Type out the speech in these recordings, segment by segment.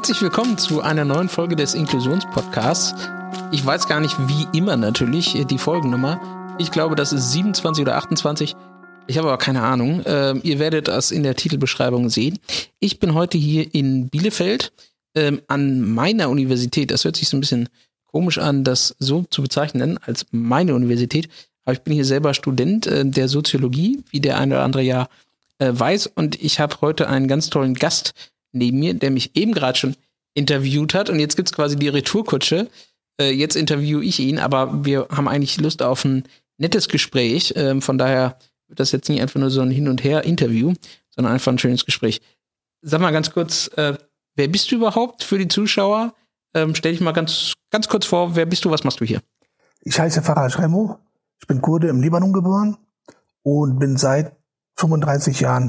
Herzlich willkommen zu einer neuen Folge des Inklusionspodcasts. Ich weiß gar nicht, wie immer natürlich, die Folgennummer. Ich glaube, das ist 27 oder 28. Ich habe aber keine Ahnung. Ihr werdet das in der Titelbeschreibung sehen. Ich bin heute hier in Bielefeld an meiner Universität. Das hört sich so ein bisschen komisch an, das so zu bezeichnen als meine Universität. Aber ich bin hier selber Student der Soziologie, wie der eine oder andere ja weiß. Und ich habe heute einen ganz tollen Gast neben mir, der mich eben gerade schon interviewt hat. Und jetzt gibt's quasi die Retourkutsche. Jetzt interviewe ich ihn, aber wir haben eigentlich Lust auf ein nettes Gespräch. Von daher wird das jetzt nicht einfach nur so ein Hin- und Her-Interview, sondern einfach ein schönes Gespräch. Sag mal ganz kurz, wer bist du überhaupt für die Zuschauer? Stell dich mal ganz kurz vor, wer bist du, was machst du hier? Ich heiße Faraj Remo, ich bin Kurde im Libanon geboren und bin seit 36 Jahren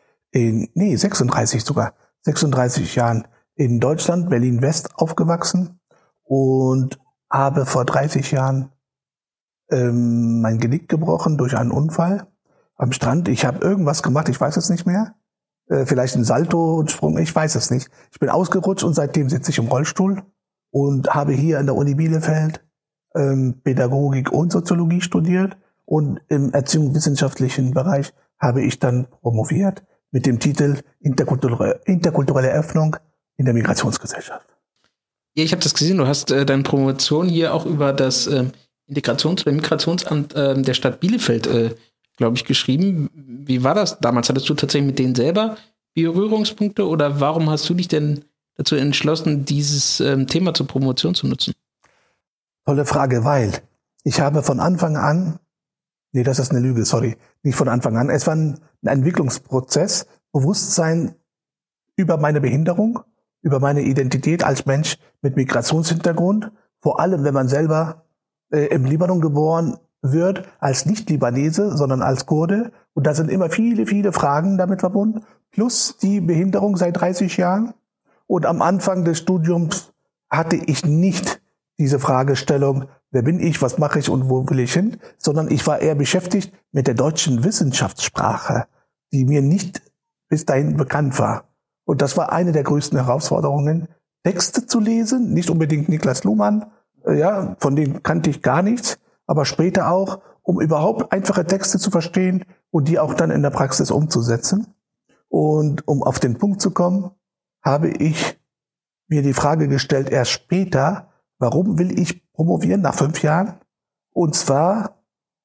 36 Jahren in Deutschland, Berlin-West aufgewachsen und habe vor 30 Jahren mein Genick gebrochen durch einen Unfall am Strand. Ich habe irgendwas gemacht, ich weiß es nicht mehr. Vielleicht ein Salto und Sprung, ich weiß es nicht. Ich bin ausgerutscht und seitdem sitze ich im Rollstuhl und habe hier an der Uni Bielefeld Pädagogik und Soziologie studiert und im erziehungswissenschaftlichen Bereich habe ich dann promoviert mit dem Titel Interkulturelle Öffnung in der Migrationsgesellschaft. Ja, ich habe das gesehen, du hast deine Promotion hier auch über das Migrationsamt der Stadt Bielefeld, glaube ich, geschrieben. Wie war das damals? Hattest du tatsächlich mit denen selber Berührungspunkte oder warum hast du dich denn dazu entschlossen, dieses Thema zur Promotion zu nutzen? Tolle Frage, weil ich habe von Anfang an, das ist eine Lüge, sorry, nicht von Anfang an, es war ein Entwicklungsprozess, Bewusstsein über meine Behinderung, über meine Identität als Mensch mit Migrationshintergrund, vor allem wenn man selber im Libanon geboren wird, als Nicht-Libanese, sondern als Kurde. Und da sind immer viele, viele Fragen damit verbunden, plus die Behinderung seit 30 Jahren. Und am Anfang des Studiums hatte ich nicht diese Fragestellung, wer bin ich, was mache ich und wo will ich hin, sondern ich war eher beschäftigt mit der deutschen Wissenschaftssprache, die mir nicht bis dahin bekannt war. Und das war eine der größten Herausforderungen, Texte zu lesen, nicht unbedingt Niklas Luhmann, von denen kannte ich gar nichts, aber später auch, um überhaupt einfache Texte zu verstehen und die auch dann in der Praxis umzusetzen. Und um auf den Punkt zu kommen, habe ich mir die Frage gestellt, erst später, warum will ich promovieren nach 5 Jahren? Und zwar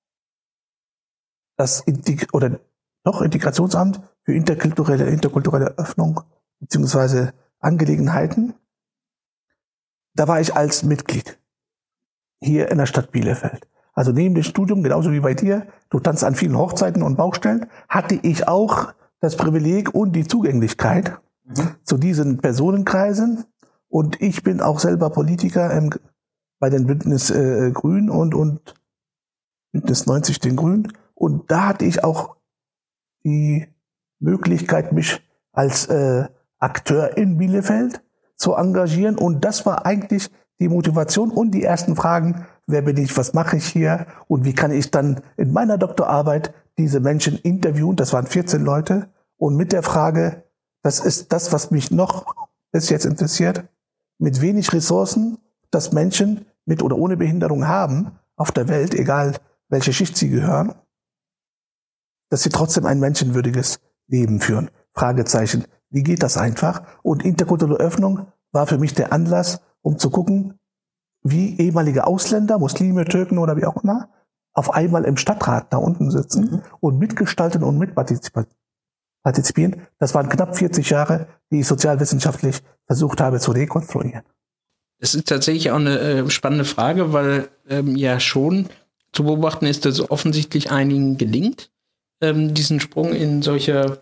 das Integrationsamt für interkulturelle Öffnung bzw. Angelegenheiten. Da war ich als Mitglied hier in der Stadt Bielefeld. Also neben dem Studium, genauso wie bei dir, du tanzt an vielen Hochzeiten und Baustellen, hatte ich auch das Privileg und die Zugänglichkeit zu diesen Personenkreisen. Und ich bin auch selber Politiker bei den Bündnis Grün und Bündnis 90 den Grünen. Und da hatte ich auch die Möglichkeit, mich als Akteur in Bielefeld zu engagieren. Und das war eigentlich die Motivation und die ersten Fragen, wer bin ich, was mache ich hier und wie kann ich dann in meiner Doktorarbeit diese Menschen interviewen. Das waren 14 Leute. Und mit der Frage, das ist das, was mich noch bis jetzt interessiert, mit wenig Ressourcen, dass Menschen mit oder ohne Behinderung haben auf der Welt, egal welche Schicht sie gehören, dass sie trotzdem ein menschenwürdiges Leben führen. Fragezeichen. Wie geht das einfach? Und interkulturelle Öffnung war für mich der Anlass, um zu gucken, wie ehemalige Ausländer, Muslime, Türken oder wie auch immer, auf einmal im Stadtrat da unten sitzen und mitgestalten und mitpartizipieren. Das waren knapp 40 Jahre, die ich sozialwissenschaftlich versucht habe zu rekonstruieren. Das ist tatsächlich auch eine spannende Frage, weil ja schon zu beobachten ist, dass offensichtlich einigen gelingt, diesen Sprung in solche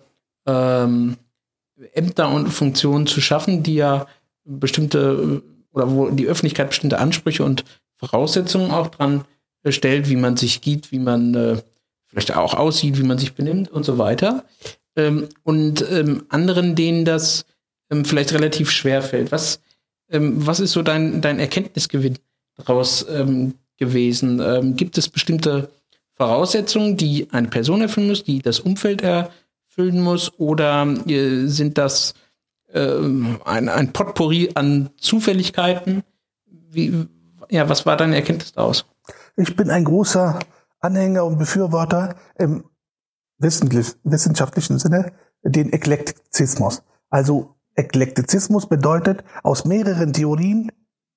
Ämter und Funktionen zu schaffen, die ja bestimmte oder wo die Öffentlichkeit bestimmte Ansprüche und Voraussetzungen auch dran stellt, wie man sich gibt, wie man vielleicht auch aussieht, wie man sich benimmt und so weiter. Und anderen, denen das vielleicht relativ schwer fällt. Was ist so dein Erkenntnisgewinn daraus gewesen? Gibt es bestimmte Voraussetzungen, die eine Person erfüllen muss, die das Umfeld erfüllen muss? Oder sind das ein Potpourri an Zufälligkeiten. Was war deine Erkenntnis daraus? Ich bin ein großer Anhänger und Befürworter im wissenschaftlichen Sinne den Eklektizismus. Also Eklektizismus bedeutet, aus mehreren Theorien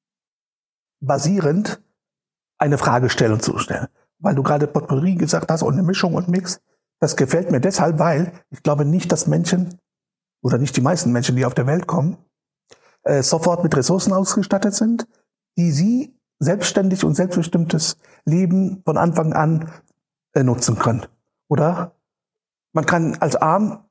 basierend eine Fragestellung zu stellen. Weil du gerade Potpourri gesagt hast und eine Mischung und Mix. Das gefällt mir deshalb, weil ich glaube nicht, dass Menschen oder nicht die meisten Menschen, die auf der Welt kommen, sofort mit Ressourcen ausgestattet sind, die sie selbstständig und selbstbestimmtes Leben von Anfang an nutzen können. Oder man kann als arm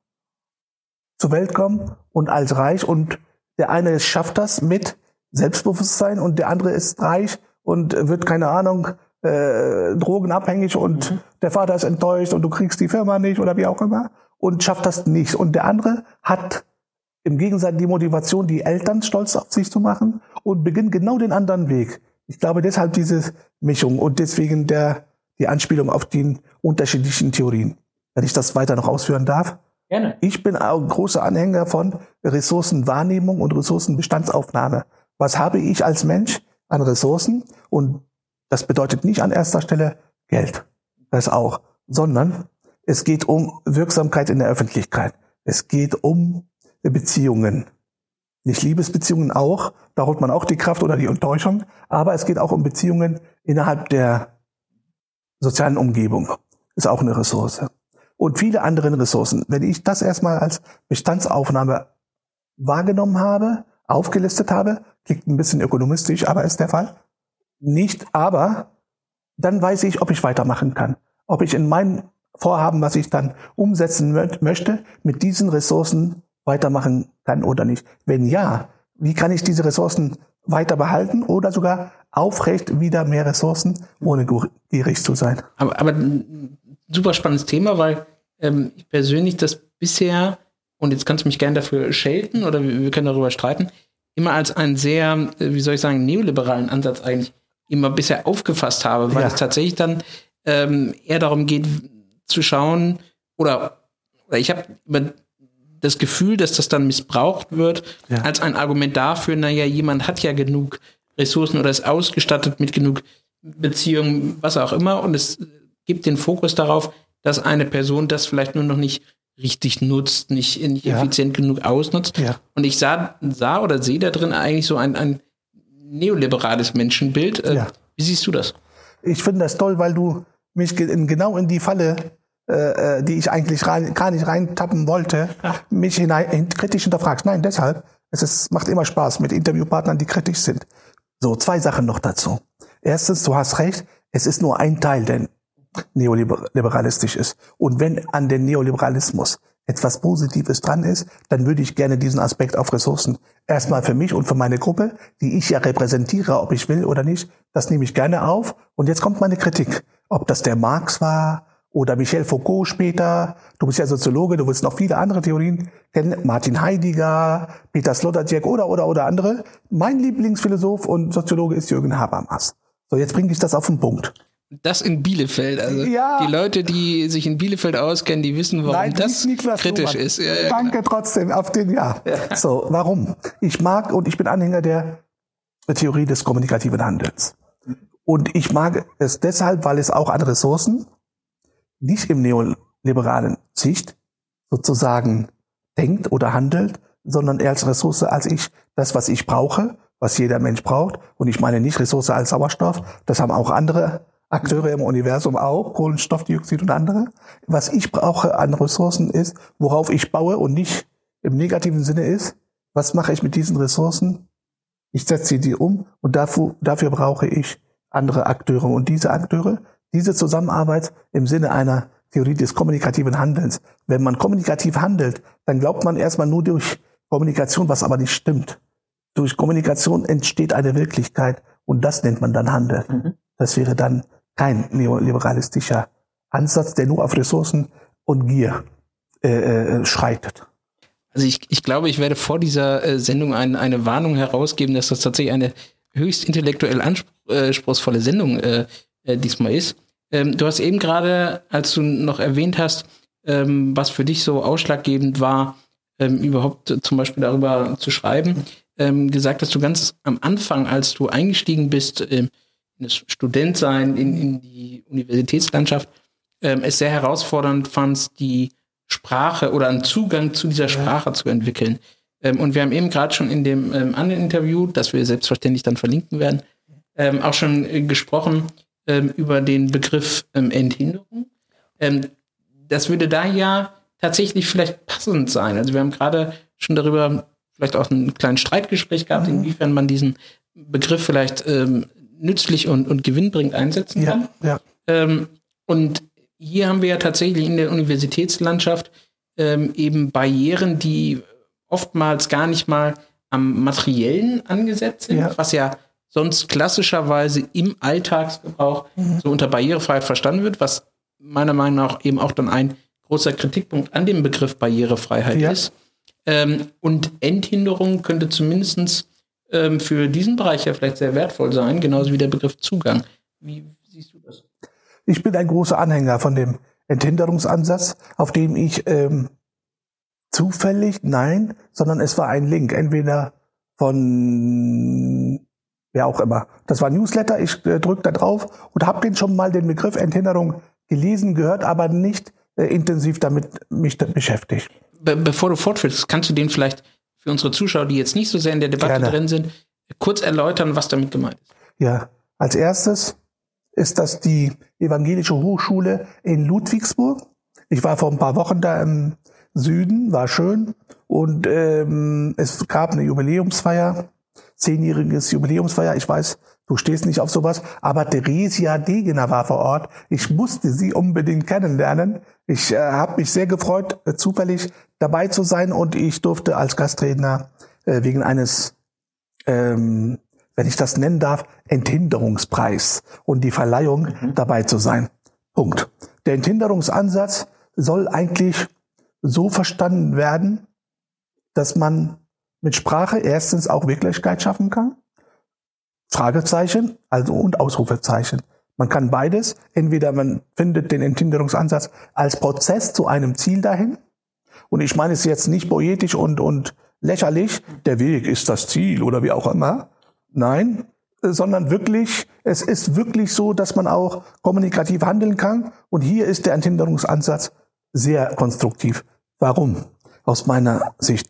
zur Welt kommen und als reich und der eine schafft das mit Selbstbewusstsein und der andere ist reich und wird, keine Ahnung, drogenabhängig und der Vater ist enttäuscht und du kriegst die Firma nicht oder wie auch immer und schafft das nicht. Und der andere hat im Gegensatz die Motivation, die Eltern stolz auf sich zu machen und beginnt genau den anderen Weg. Ich glaube deshalb diese Mischung und deswegen die Anspielung auf die unterschiedlichen Theorien. Wenn ich das weiter noch ausführen darf. Gerne. Ich bin auch ein großer Anhänger von Ressourcenwahrnehmung und Ressourcenbestandsaufnahme. Was habe ich als Mensch an Ressourcen? Und das bedeutet nicht an erster Stelle Geld, das auch, sondern es geht um Wirksamkeit in der Öffentlichkeit. Es geht um Beziehungen. Nicht Liebesbeziehungen auch, da holt man auch die Kraft oder die Enttäuschung, aber es geht auch um Beziehungen innerhalb der sozialen Umgebung. Ist auch eine Ressource. Und viele andere Ressourcen. Wenn ich das erstmal als Bestandsaufnahme wahrgenommen habe, aufgelistet habe, klingt ein bisschen ökonomistisch, aber ist der Fall. Nicht, aber dann weiß ich, ob ich weitermachen kann. Ob ich in mein Vorhaben, was ich dann umsetzen möchte, mit diesen Ressourcen weitermachen kann oder nicht. Wenn ja, wie kann ich diese Ressourcen weiter behalten oder sogar aufrecht wieder mehr Ressourcen, ohne gierig zu sein? Aber ein super spannendes Thema, weil ich persönlich das bisher, und jetzt kannst du mich gerne dafür schelten oder wir können darüber streiten, immer als einen sehr, wie soll ich sagen, neoliberalen Ansatz eigentlich immer bisher aufgefasst habe, weil es tatsächlich dann eher darum geht, zu schauen, oder ich habe das Gefühl, dass das dann missbraucht wird, als ein Argument dafür, naja, jemand hat ja genug Ressourcen oder ist ausgestattet mit genug Beziehungen, was auch immer, und es gibt den Fokus darauf, dass eine Person das vielleicht nur noch nicht richtig nutzt, nicht effizient genug ausnutzt. Ja. Und ich sah oder sehe da drin eigentlich so ein neoliberales Menschenbild. Wie siehst du das? Ich finde das toll, weil du mich genau in die Falle, die ich eigentlich gar nicht reintappen wollte, mich kritisch hinterfragst. Nein, deshalb, macht immer Spaß mit Interviewpartnern, die kritisch sind. So, 2 Sachen noch dazu. Erstens, du hast recht, es ist nur ein Teil, der neoliberalistisch ist. Und wenn an den Neoliberalismus etwas Positives dran ist, dann würde ich gerne diesen Aspekt auf Ressourcen erstmal für mich und für meine Gruppe, die ich ja repräsentiere, ob ich will oder nicht, das nehme ich gerne auf. Und jetzt kommt meine Kritik. Ob das der Marx war oder Michel Foucault später, du bist ja Soziologe, du willst noch viele andere Theorien kennen, Martin Heidegger, Peter Sloterdijk oder andere. Mein Lieblingsphilosoph und Soziologe ist Jürgen Habermas. So, jetzt bringe ich das auf den Punkt. Das in Bielefeld, also die Leute, die sich in Bielefeld auskennen, die wissen, warum das kritisch ist. Ja, danke trotzdem auf den So, warum? Ich mag und ich bin Anhänger der Theorie des kommunikativen Handelns. Und ich mag es deshalb, weil es auch an Ressourcen nicht im neoliberalen Sicht sozusagen denkt oder handelt, sondern eher als Ressource als das, was ich brauche, was jeder Mensch braucht. Und ich meine nicht Ressource als Sauerstoff, das haben auch andere Akteure im Universum auch, Kohlenstoffdioxid und andere. Was ich brauche an Ressourcen ist, worauf ich baue und nicht im negativen Sinne ist, was mache ich mit diesen Ressourcen? Ich setze sie um und dafür brauche ich andere Akteure. Und diese Akteure, diese Zusammenarbeit im Sinne einer Theorie des kommunikativen Handelns. Wenn man kommunikativ handelt, dann glaubt man erstmal nur durch Kommunikation, was aber nicht stimmt. Durch Kommunikation entsteht eine Wirklichkeit und das nennt man dann Handeln. Das wäre dann kein neoliberalistischer Ansatz, der nur auf Ressourcen und Gier schreitet. Also ich glaube, ich werde vor dieser Sendung eine Warnung herausgeben, dass das tatsächlich eine höchst intellektuell anspruchsvolle Sendung diesmal ist. Du hast eben gerade, als du noch erwähnt hast, was für dich so ausschlaggebend war, überhaupt zum Beispiel darüber zu schreiben, gesagt, dass du ganz am Anfang, als du eingestiegen bist, in das Studentsein, in die Universitätslandschaft, es sehr herausfordernd fandst, die Sprache oder einen Zugang zu dieser Sprache zu entwickeln. Und wir haben eben gerade schon in dem anderen Interview, das wir selbstverständlich dann verlinken werden, auch schon gesprochen über den Begriff Enthinderung. Das würde da ja tatsächlich vielleicht passend sein. Also wir haben gerade schon darüber vielleicht auch ein kleines Streitgespräch gehabt, inwiefern man diesen Begriff vielleicht nützlich und gewinnbringend einsetzen kann. Ja. Und hier haben wir ja tatsächlich in der Universitätslandschaft eben Barrieren, die oftmals gar nicht mal am Materiellen angesetzt sind, was ja sonst klassischerweise im Alltagsgebrauch so unter Barrierefreiheit verstanden wird, was meiner Meinung nach eben auch dann ein großer Kritikpunkt an dem Begriff Barrierefreiheit ist. Und Enthinderung könnte zumindest für diesen Bereich ja vielleicht sehr wertvoll sein, genauso wie der Begriff Zugang. Wie siehst du das? Ich bin ein großer Anhänger von dem Enthinderungsansatz, auf dem ich zufällig, nein, sondern es war ein Link, entweder von wer auch immer. Das war ein Newsletter, ich drücke da drauf und habe schon mal den Begriff Enthinderung gelesen, gehört, aber nicht intensiv damit mich beschäftigt. Bevor du fortführst, kannst du den vielleicht für unsere Zuschauer, die jetzt nicht so sehr in der Debatte drin sind, kurz erläutern, was damit gemeint ist? Ja, als erstes ist das die Evangelische Hochschule in Ludwigsburg. Ich war vor ein paar Wochen da im Süden, war schön und es gab eine Jubiläumsfeier, 10-jähriges Jubiläumsfeier. Ich weiß, du stehst nicht auf sowas, aber Theresia Degener war vor Ort. Ich musste sie unbedingt kennenlernen. Ich habe mich sehr gefreut, zufällig dabei zu sein und ich durfte als Gastredner wegen eines, wenn ich das nennen darf, Enthinderungspreis und die Verleihung dabei zu sein. Punkt. Der Enthinderungsansatz soll eigentlich so verstanden werden, dass man mit Sprache erstens auch Wirklichkeit schaffen kann. Fragezeichen, also und Ausrufezeichen. Man kann beides. Entweder man findet den Enthinderungsansatz als Prozess zu einem Ziel dahin. Und ich meine es jetzt nicht poetisch und lächerlich, der Weg ist das Ziel oder wie auch immer. Nein, sondern wirklich, es ist wirklich so, dass man auch kommunikativ handeln kann. Und hier ist der Enthinderungsansatz sehr konstruktiv. Warum? Aus meiner Sicht.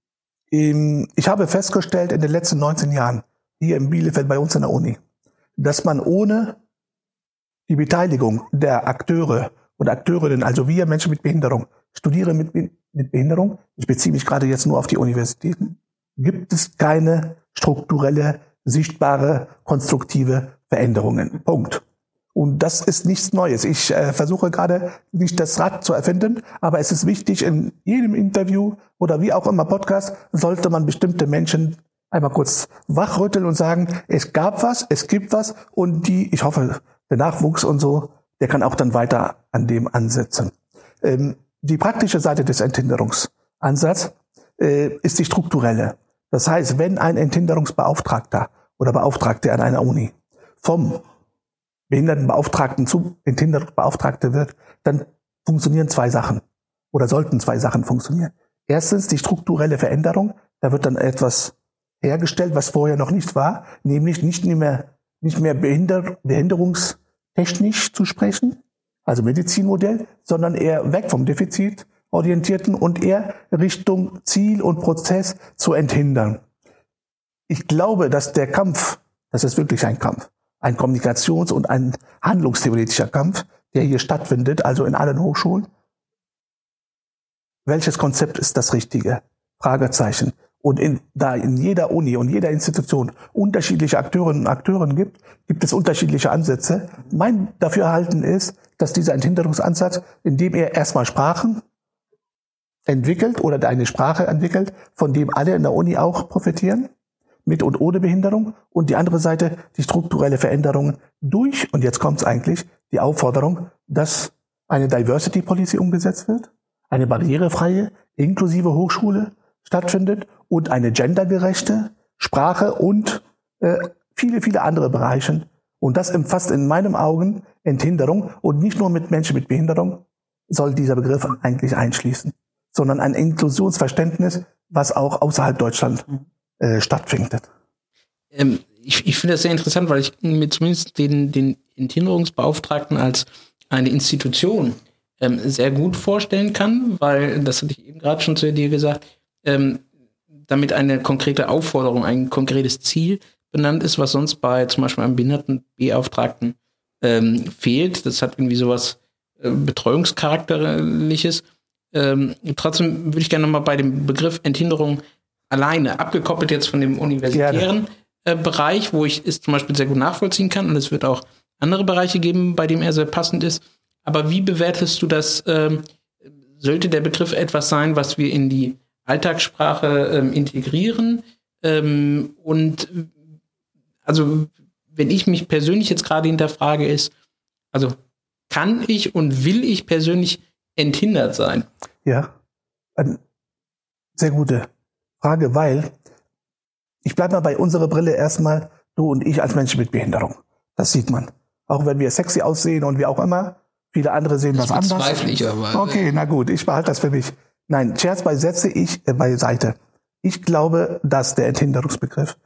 Ich habe festgestellt in den letzten 19 Jahren, hier in Bielefeld bei uns an der Uni, dass man ohne die Beteiligung der Akteure und Akteurinnen, also wir Menschen mit Behinderung, Studierende mit Behinderung, ich beziehe mich gerade jetzt nur auf die Universitäten, gibt es keine strukturelle, sichtbare, konstruktive Veränderungen. Punkt. Und das ist nichts Neues. Ich versuche gerade nicht das Rad zu erfinden, aber es ist wichtig, in jedem Interview oder wie auch immer Podcast, sollte man bestimmte Menschen einmal kurz wachrütteln und sagen, es gab was, es gibt was und ich hoffe, der Nachwuchs und so, der kann auch dann weiter an dem ansetzen. Die praktische Seite des Enthinderungsansatzes ist die strukturelle. Das heißt, wenn ein Enthinderungsbeauftragter oder Beauftragte an einer Uni vom Behindertenbeauftragten zum Enthinderungsbeauftragte wird, dann funktionieren zwei Sachen oder sollten zwei Sachen funktionieren. Erstens die strukturelle Veränderung, da wird dann etwas hergestellt, was vorher noch nicht war, nämlich nicht mehr behinderungstechnisch zu sprechen, also Medizinmodell, sondern eher weg vom defizitorientierten und eher Richtung Ziel und Prozess zu enthindern. Ich glaube, dass der Kampf, das ist wirklich ein Kampf, ein Kommunikations- und ein handlungstheoretischer Kampf, der hier stattfindet, also in allen Hochschulen. Welches Konzept ist das Richtige? Fragezeichen. Und da in jeder Uni und jeder Institution unterschiedliche Akteurinnen und Akteure gibt es unterschiedliche Ansätze. Mein Dafürhalten ist, dass dieser Enthinderungsansatz, indem er erstmal Sprachen entwickelt oder eine Sprache entwickelt, von dem alle in der Uni auch profitieren, mit und ohne Behinderung, und die andere Seite die strukturelle Veränderung durch, und jetzt kommt es eigentlich, die Aufforderung, dass eine Diversity Policy umgesetzt wird, eine barrierefreie, inklusive Hochschule stattfindet und eine gendergerechte Sprache und viele, viele andere Bereiche. Und das umfasst in meinen Augen Enthinderung, und nicht nur mit Menschen mit Behinderung soll dieser Begriff eigentlich einschließen, sondern ein Inklusionsverständnis, was auch außerhalb Deutschland stattfindet. Ich finde das sehr interessant, weil ich mir zumindest den Enthinderungsbeauftragten als eine Institution sehr gut vorstellen kann, weil, das hatte ich eben gerade schon zu dir gesagt, damit eine konkrete Aufforderung, ein konkretes Ziel benannt ist, was sonst bei zum Beispiel einem Behindertenbeauftragten fehlt. Das hat irgendwie sowas Betreuungscharakterliches. Trotzdem würde ich gerne nochmal bei dem Begriff Enthinderung alleine, abgekoppelt jetzt von dem universitären Bereich, wo ich es zum Beispiel sehr gut nachvollziehen kann, und es wird auch andere Bereiche geben, bei denen er sehr passend ist. Aber wie bewertest du das? Sollte der Begriff etwas sein, was wir in die Alltagssprache integrieren? Und also, wenn ich mich persönlich jetzt gerade hinterfrage, ist, also kann ich und will ich persönlich enthindert sein? Ja, eine sehr gute Frage, weil ich bleibe mal bei unserer Brille erstmal, du und ich als Menschen mit Behinderung. Das sieht man. Auch wenn wir sexy aussehen und wie auch immer, viele andere sehen das anders. Das bezweifle ich aber. Okay, na gut, ich behalte das für mich. Nein, Scherz beiseite. Ich glaube, dass der Enthinderungsbegriff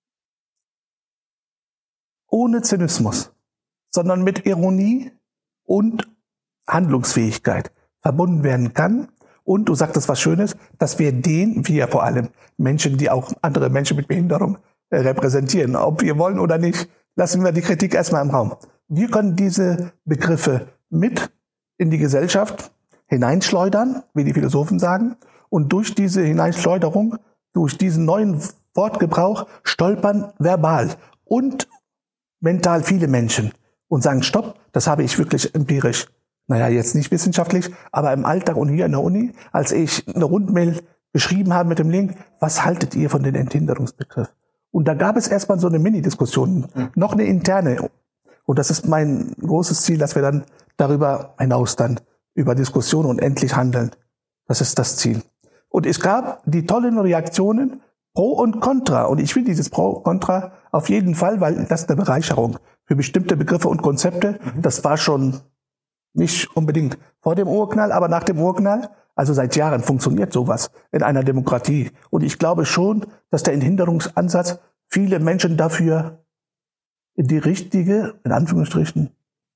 ohne Zynismus, sondern mit Ironie und Handlungsfähigkeit verbunden werden kann. Und du sagtest was Schönes, dass wir vor allem Menschen, die auch andere Menschen mit Behinderung repräsentieren, ob wir wollen oder nicht, lassen wir die Kritik erstmal im Raum. Wir können diese Begriffe mit in die Gesellschaft hineinschleudern, wie die Philosophen sagen, und durch diese Hineinschleuderung, durch diesen neuen Wortgebrauch stolpern verbal und mental viele Menschen und sagen, stopp, das habe ich wirklich empirisch. Naja, jetzt nicht wissenschaftlich, aber im Alltag und hier in der Uni, als ich eine Rundmail geschrieben habe mit dem Link, was haltet ihr von dem Enthinderungsbegriff? Und da gab es erstmal so eine Mini-Diskussion, noch eine interne. Und das ist mein großes Ziel, dass wir dann darüber hinaus dann über Diskussionen und endlich handeln. Das ist das Ziel. Und es gab die tollen Reaktionen Pro und Contra. Und ich will dieses Pro und Contra auf jeden Fall, weil das eine Bereicherung für bestimmte Begriffe und Konzepte, das war schon nicht unbedingt vor dem Urknall, aber nach dem Urknall. Also seit Jahren funktioniert sowas in einer Demokratie. Und ich glaube schon, dass der Enthinderungsansatz viele Menschen dafür in die richtige, in Anführungsstrichen,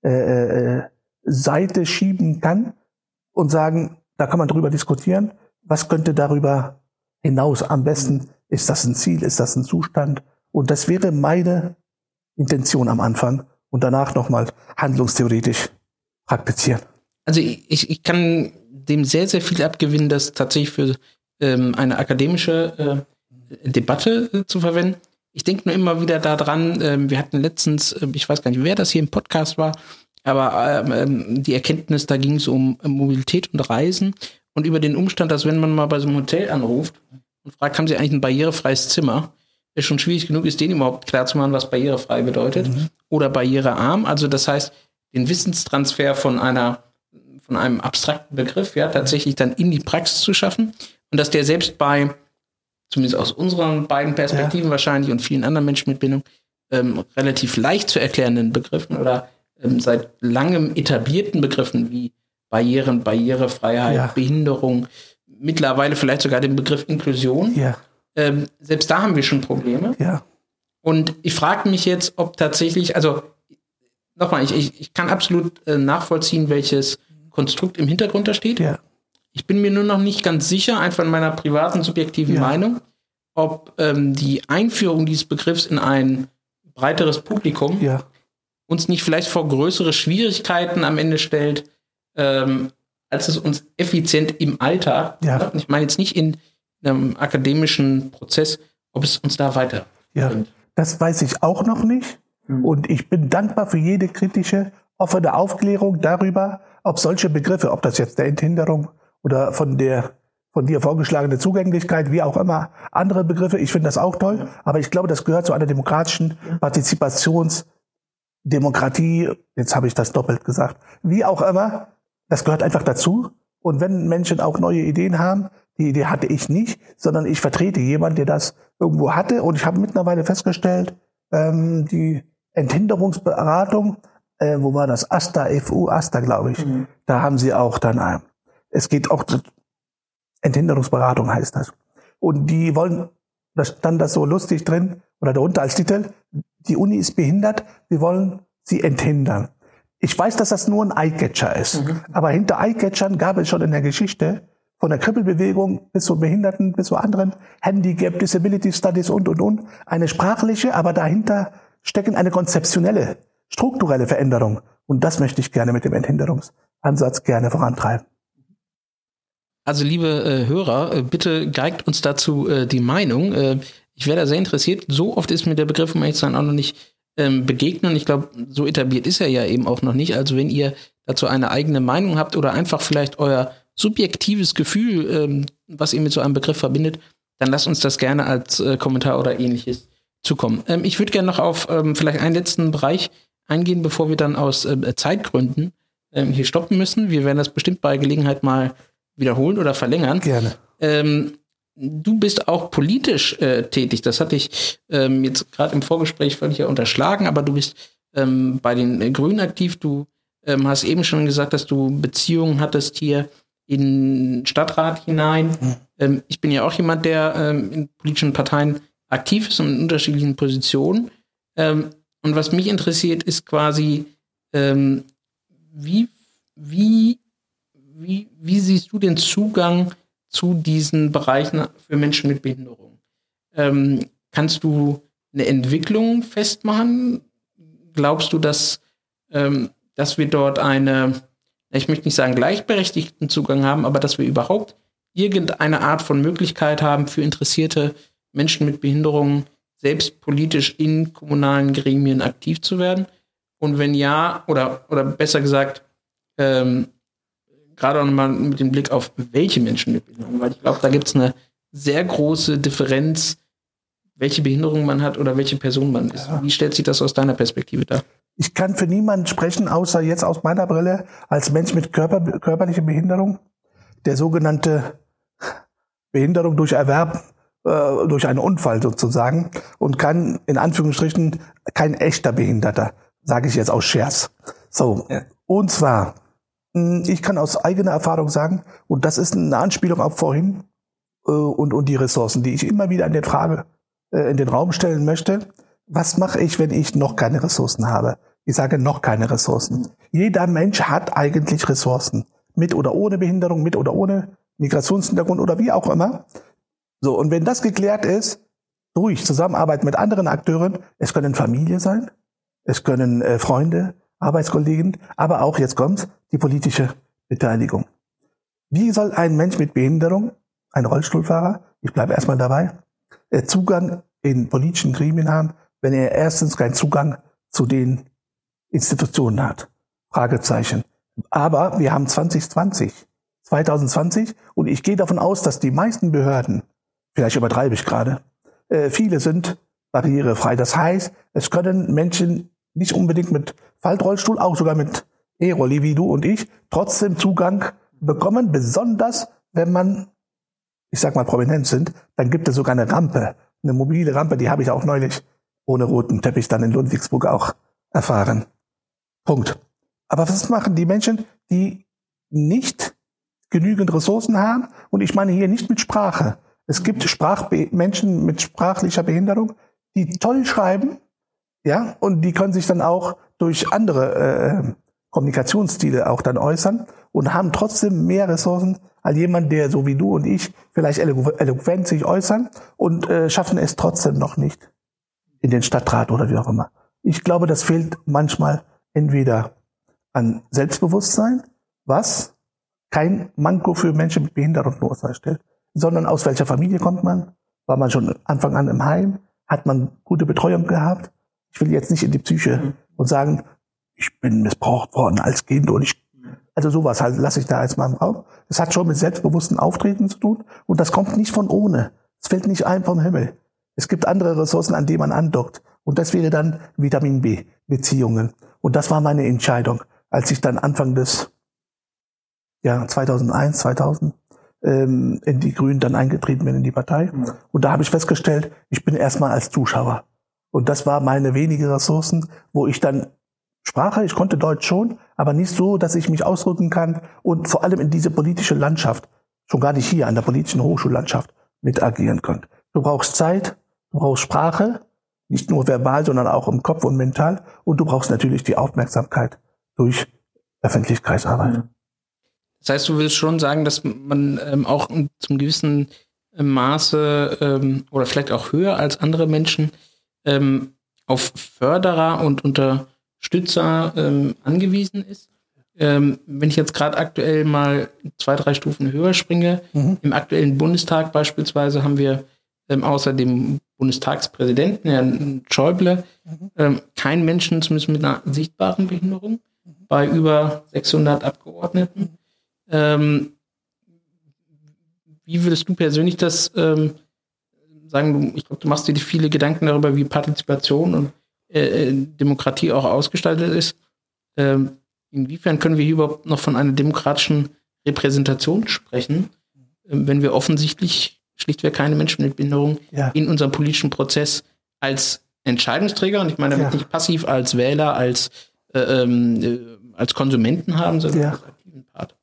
Seite schieben kann und sagen, da kann man drüber diskutieren, was könnte darüber hinaus am besten, ist das ein Ziel, ist das ein Zustand? Und das wäre meine Intention am Anfang und danach nochmal handlungstheoretisch praktizieren. Also ich kann dem sehr, sehr viel abgewinnen, das tatsächlich für eine akademische Debatte zu verwenden. Ich denke nur immer wieder daran, wir hatten letztens, ich weiß gar nicht, wer das hier im Podcast war, aber die Erkenntnis, da ging es um Mobilität und Reisen und über den Umstand, dass wenn man mal bei so einem Hotel anruft und fragt, haben Sie eigentlich ein barrierefreies Zimmer, ist schon schwierig genug, ist denen überhaupt klarzumachen, was barrierefrei bedeutet oder barrierearm. Also das heißt, den Wissenstransfer von einem abstrakten Begriff, ja, tatsächlich dann in die Praxis zu schaffen und dass der selbst bei, zumindest aus unseren beiden Perspektiven wahrscheinlich und vielen anderen Menschen mit Bindung, relativ leicht zu erklärenden Begriffen oder seit langem etablierten Begriffen wie Barrieren, Barrierefreiheit, Behinderung, mittlerweile vielleicht sogar den Begriff Inklusion. Selbst da haben wir schon Probleme. Und ich frage mich jetzt, ob tatsächlich, also nochmal, ich kann absolut nachvollziehen, welches Konstrukt im Hintergrund da steht. Ich bin mir nur noch nicht ganz sicher, einfach in meiner privaten, subjektiven Meinung, ob die Einführung dieses Begriffs in ein breiteres Publikum uns nicht vielleicht vor größere Schwierigkeiten am Ende stellt, als es uns effizient im Alltag, und ich meine jetzt nicht in einem akademischen Prozess, ob es uns da weiter bringt. Das weiß ich auch noch nicht. Und ich bin dankbar für jede kritische, offene Aufklärung darüber, ob solche Begriffe, ob das jetzt der Enthinderung oder von dir vorgeschlagene Zugänglichkeit, wie auch immer, andere Begriffe, ich finde das auch toll, aber ich glaube, das gehört zu einer demokratischen Partizipationsdemokratie, jetzt habe ich das doppelt gesagt, wie auch immer, das gehört einfach dazu. Und wenn Menschen auch neue Ideen haben, die Idee hatte ich nicht, sondern ich vertrete jemanden, der das irgendwo hatte. Und ich habe mittlerweile festgestellt, die Enthinderungsberatung, wo war das? AStA, glaube ich. Da haben sie auch dann es geht auch Enthinderungsberatung heißt das. Und die wollen, da stand das so lustig drin, oder darunter als Titel, die Uni ist behindert, wir wollen sie enthindern. Ich weiß, dass das nur ein Eyecatcher ist. Aber hinter Eyecatchern gab es schon in der Geschichte, von der Krippelbewegung bis zu Behinderten, bis zu anderen, Handicap, Disability Studies und, eine sprachliche, aber dahinter stecken eine konzeptionelle, strukturelle Veränderung. Und das möchte ich gerne mit dem Enthinderungsansatz gerne vorantreiben. Also liebe Hörer, bitte geigt uns dazu die Meinung. Ich wäre da sehr interessiert. So oft ist mir der Begriff, um ehrlich zu sein, auch noch nicht begegnet. Und ich glaube, so etabliert ist er ja eben auch noch nicht. Also wenn ihr dazu eine eigene Meinung habt oder einfach vielleicht euer subjektives Gefühl, was ihr mit so einem Begriff verbindet, dann lasst uns das gerne als Kommentar oder ähnliches zukommen. Ich würde gerne noch auf vielleicht einen letzten Bereich eingehen, bevor wir dann aus Zeitgründen hier stoppen müssen. Wir werden das bestimmt bei Gelegenheit mal wiederholen oder verlängern. Gerne. Du bist auch politisch tätig. Das hatte ich jetzt gerade im Vorgespräch völlig unterschlagen, aber du bist bei den Grünen aktiv. Du hast eben schon gesagt, dass du Beziehungen hattest hier in den Stadtrat hinein. Ich bin ja auch jemand, der in politischen Parteien aktiv ist und in unterschiedlichen Positionen. Und was mich interessiert, ist quasi, wie siehst du den Zugang zu diesen Bereichen für Menschen mit Behinderung? Kannst du eine Entwicklung festmachen? Glaubst du, dass wir dort ich möchte nicht sagen gleichberechtigten Zugang haben, aber dass wir überhaupt irgendeine Art von Möglichkeit haben, für interessierte Menschen mit Behinderungen selbst politisch in kommunalen Gremien aktiv zu werden? Und wenn ja, oder besser gesagt, gerade auch nochmal mit dem Blick auf welche Menschen mit Behinderung, weil ich glaube, da gibt es eine sehr große Differenz, welche Behinderung man hat oder welche Person man ist. Wie stellt sich das aus deiner Perspektive dar? Ich kann für niemanden sprechen, außer jetzt aus meiner Brille, als Mensch mit körperlicher Behinderung, der sogenannte Behinderung durch Erwerb, durch einen Unfall sozusagen, und kann in Anführungsstrichen kein echter Behinderter, sage ich jetzt aus Scherz. So, ja. Und zwar, ich kann aus eigener Erfahrung sagen, und das ist eine Anspielung auf vorhin, und die Ressourcen, die ich immer wieder in den Raum stellen möchte. Was mache ich, wenn ich noch keine Ressourcen habe? Ich sage noch keine Ressourcen. Jeder Mensch hat eigentlich Ressourcen. Mit oder ohne Behinderung, mit oder ohne Migrationshintergrund oder wie auch immer. So, und wenn das geklärt ist, durch Zusammenarbeit mit anderen Akteuren, es können Familie sein, es können Freunde, Arbeitskollegen, aber auch, jetzt kommt die politische Beteiligung. Wie soll ein Mensch mit Behinderung, ein Rollstuhlfahrer, ich bleibe erstmal dabei, Zugang in politischen Gremien haben, wenn er erstens keinen Zugang zu den Institutionen hat? Fragezeichen. Aber wir haben 2020 und ich gehe davon aus, dass die meisten Behörden, vielleicht übertreibe ich gerade, viele sind barrierefrei. Das heißt, es können Menschen nicht unbedingt mit Faltrollstuhl, auch sogar mit E-Rolli wie du und ich, trotzdem Zugang bekommen, besonders wenn man, ich sag mal, prominent sind. Dann gibt es sogar eine Rampe, eine mobile Rampe, die habe ich auch neulich ohne roten Teppich dann in Ludwigsburg auch erfahren. Punkt. Aber was machen die Menschen, die nicht genügend Ressourcen haben? Und ich meine hier nicht mit Sprache. Es gibt Menschen mit sprachlicher Behinderung, die toll schreiben, ja, und die können sich dann auch durch andere Kommunikationsstile auch dann äußern und haben trotzdem mehr Ressourcen als jemand, der so wie du und ich vielleicht eloquent sich äußern und schaffen es trotzdem noch nicht in den Stadtrat oder wie auch immer. Ich glaube, das fehlt manchmal entweder an Selbstbewusstsein, was kein Manko für Menschen mit Behinderung nur darstellt, sondern aus welcher Familie kommt man? War man schon Anfang an im Heim? Hat man gute Betreuung gehabt? Ich will jetzt nicht in die Psyche und sagen, ich bin missbraucht worden als Kind und also sowas halt lasse ich da jetzt mal im Raum. Das hat schon mit selbstbewusstem Auftreten zu tun und das kommt nicht von ohne. Es fällt nicht ein vom Himmel. Es gibt andere Ressourcen, an denen man andockt. Und das wäre dann Vitamin B, Beziehungen. Und das war meine Entscheidung, als ich dann Anfang des 2001, 2000 in die Grünen dann eingetreten bin in die Partei. Und da habe ich festgestellt, ich bin erstmal als Zuschauer. Und das war meine wenige Ressourcen, wo ich dann Sprache, ich konnte Deutsch schon, aber nicht so, dass ich mich ausdrücken kann und vor allem in diese politische Landschaft schon gar nicht hier an der politischen Hochschullandschaft mit agieren könnt. Du brauchst Zeit, du brauchst Sprache, nicht nur verbal, sondern auch im Kopf und mental. Und du brauchst natürlich die Aufmerksamkeit durch Öffentlichkeitsarbeit. Das heißt, du willst schon sagen, dass man auch zum gewissen Maße oder vielleicht auch höher als andere Menschen auf Förderer und Unterstützer angewiesen ist. Wenn ich jetzt gerade aktuell mal 2-3 Stufen höher springe, im aktuellen Bundestag beispielsweise haben wir außer dem Bundestagspräsidenten, Herrn Schäuble, keinen Menschen, zumindest mit einer sichtbaren Behinderung, bei über 600 Abgeordneten. Wie würdest du persönlich das sagen? Ich glaube, du machst dir viele Gedanken darüber, wie Partizipation und Demokratie auch ausgestaltet ist. Inwiefern können wir hier überhaupt noch von einer demokratischen Repräsentation sprechen, wenn wir offensichtlich schlichtweg keine Menschen mit Behinderung in unserem politischen Prozess als Entscheidungsträger, und ich meine damit nicht passiv als Wähler, als Konsumenten haben, sondern als aktiven Part?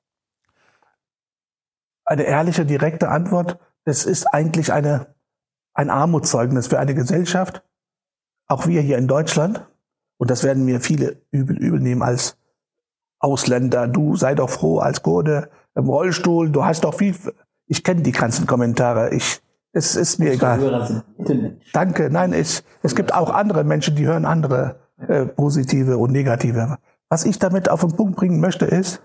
Eine ehrliche, direkte Antwort, das ist eigentlich ein Armutszeugnis für eine Gesellschaft, auch wir hier in Deutschland, und das werden mir viele übel nehmen als Ausländer. Du sei doch froh als Kurde im Rollstuhl, du hast doch viel. Ich kenne die ganzen Kommentare. Es ist mir egal. Danke. Nein, es gibt auch andere Menschen, die hören andere positive und negative. Was ich damit auf den Punkt bringen möchte ist,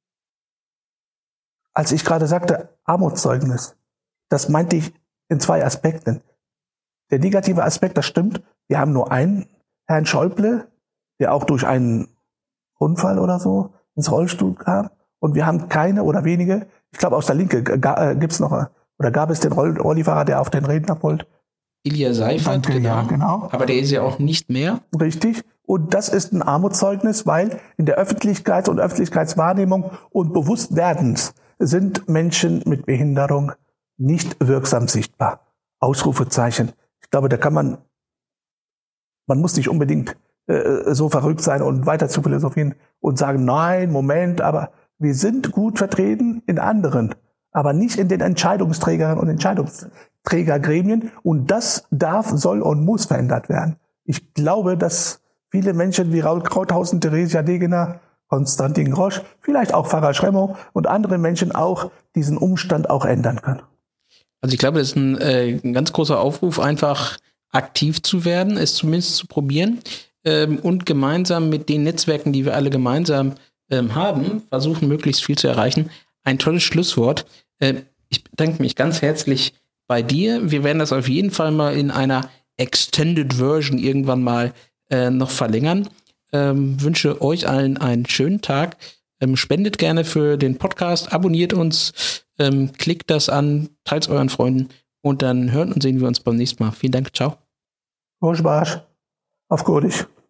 als ich gerade sagte, Armutszeugnis, das meinte ich in 2 Aspekten. Der negative Aspekt, das stimmt, wir haben nur einen Herrn Schäuble, der auch durch einen Unfall oder so ins Rollstuhl kam, und wir haben keine oder wenige, ich glaube aus der Linke gibt's noch, oder gab es den Rollifahrer, der auf den Rednerpult? Ilja Seifert, genau. Aber der ist ja auch nicht mehr. Richtig. Und das ist ein Armutszeugnis, weil in der Öffentlichkeit und Öffentlichkeitswahrnehmung und Bewusstwerdens sind Menschen mit Behinderung nicht wirksam sichtbar. Ausrufezeichen. Ich glaube, da kann man muss nicht unbedingt so verrückt sein und weiter zu philosophieren und sagen, nein, Moment, aber wir sind gut vertreten in anderen, aber nicht in den Entscheidungsträgern und Entscheidungsträgergremien. Und das darf, soll und muss verändert werden. Ich glaube, dass viele Menschen wie Raul Krauthausen, Theresia Degener, Konstantin Grosch, vielleicht auch Pfarrer Schremmo und andere Menschen auch diesen Umstand auch ändern können. Also ich glaube, das ist ein ganz großer Aufruf, einfach aktiv zu werden, es zumindest zu probieren und gemeinsam mit den Netzwerken, die wir alle gemeinsam haben, versuchen, möglichst viel zu erreichen. Ein tolles Schlusswort. Ich bedanke mich ganz herzlich bei dir. Wir werden das auf jeden Fall mal in einer Extended Version irgendwann mal noch verlängern. Wünsche euch allen einen schönen Tag. Spendet gerne für den Podcast, abonniert uns, klickt das an, teilt es euren Freunden und dann hören und sehen wir uns beim nächsten Mal. Vielen Dank, ciao. Auf Kurdisch.